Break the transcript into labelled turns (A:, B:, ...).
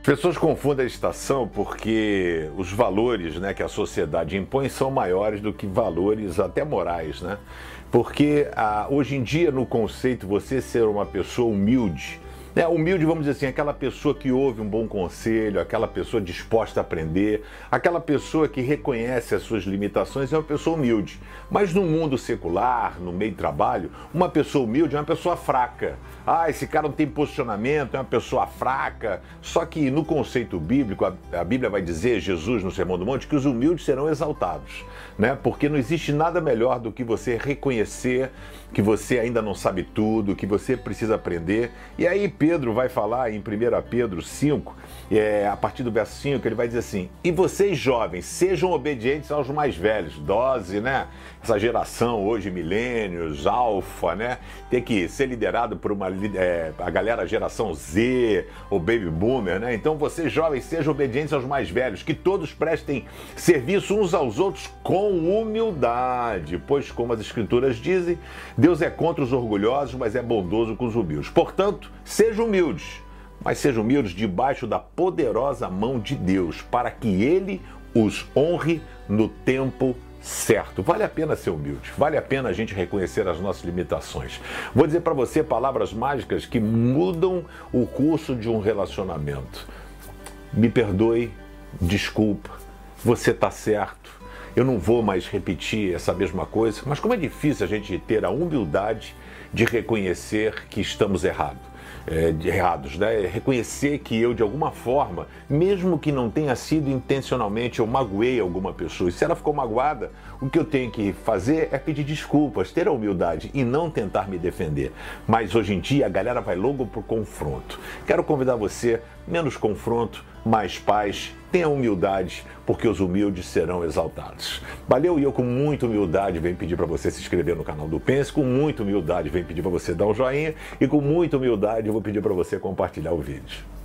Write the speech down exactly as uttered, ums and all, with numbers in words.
A: Pessoas confundem a estação porque os valores, né, que a sociedade impõe são maiores do que valores até morais, né? Porque ah, hoje em dia, no conceito, você ser uma pessoa humilde, né? Humilde, vamos dizer assim, aquela pessoa que ouve um bom conselho, aquela pessoa disposta a aprender, aquela pessoa que reconhece as suas limitações é uma pessoa humilde. Mas no mundo secular, no meio de trabalho, uma pessoa humilde é uma pessoa fraca. Ah, esse cara não tem posicionamento, é uma pessoa fraca. Só que no conceito bíblico, a, a Bíblia vai dizer, Jesus no Sermão do Monte, que os humildes serão exaltados, né? Porque não existe nada melhor do que você reconhecer que você ainda não sabe tudo, que você precisa aprender. E aí Pedro vai falar em primeira Pedro cinco, é, a partir do verso cinco, ele vai dizer assim: e vocês jovens, sejam obedientes aos mais velhos. Dose, né? Essa geração hoje, milênios, alfa, né? Tem que ser liderado por uma, é, a galera geração Z, ou baby boomer, né? Então vocês jovens, sejam obedientes aos mais velhos, que todos prestem serviço uns aos outros com humildade, pois como as escrituras dizem, Deus é contra os orgulhosos, mas é bondoso com os humildes. Portanto, sejam humildes, mas sejam humildes debaixo da poderosa mão de Deus, para que Ele os honre no tempo certo. Vale a pena ser humilde, vale a pena a gente reconhecer as nossas limitações. Vou dizer para você palavras mágicas que mudam o curso de um relacionamento. Me perdoe, desculpa, você está certo. Eu não vou mais repetir essa mesma coisa, mas como é difícil a gente ter a humildade de reconhecer que estamos errados. É, de errados, né? Reconhecer que eu, de alguma forma, mesmo que não tenha sido intencionalmente, eu magoei alguma pessoa. E se ela ficou magoada, o que eu tenho que fazer é pedir desculpas, ter a humildade e não tentar me defender. Mas hoje em dia a galera vai logo pro confronto. Quero convidar você, menos confronto, mais paz, tenha humildade, porque os humildes serão exaltados. Valeu, e eu com muita humildade venho pedir para você se inscrever no canal do Pense, com muita humildade venho pedir para você dar um joinha e com muita humildade eu vou pedir para você compartilhar o vídeo.